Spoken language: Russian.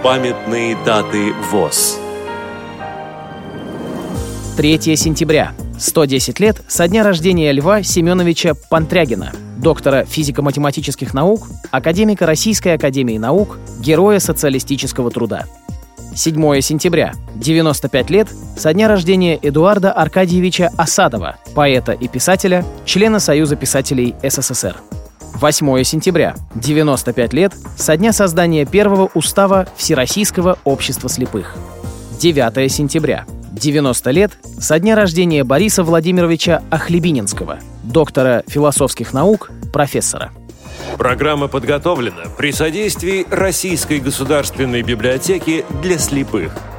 Памятные даты ВОС. 3 сентября. 110 лет со дня рождения Льва Семеновича Пантрягина, доктора физико-математических наук, академика Российской академии наук, героя социалистического труда. 7 сентября. 95 лет со дня рождения Эдуарда Аркадьевича Асадова, поэта и писателя, члена Союза писателей СССР. 8 сентября. 95 лет со дня создания первого устава Всероссийского общества слепых. 9 сентября. 90 лет со дня рождения Бориса Владимировича Охлебининского, доктора философских наук, профессора. Программа подготовлена при содействии Российской государственной библиотеки для слепых.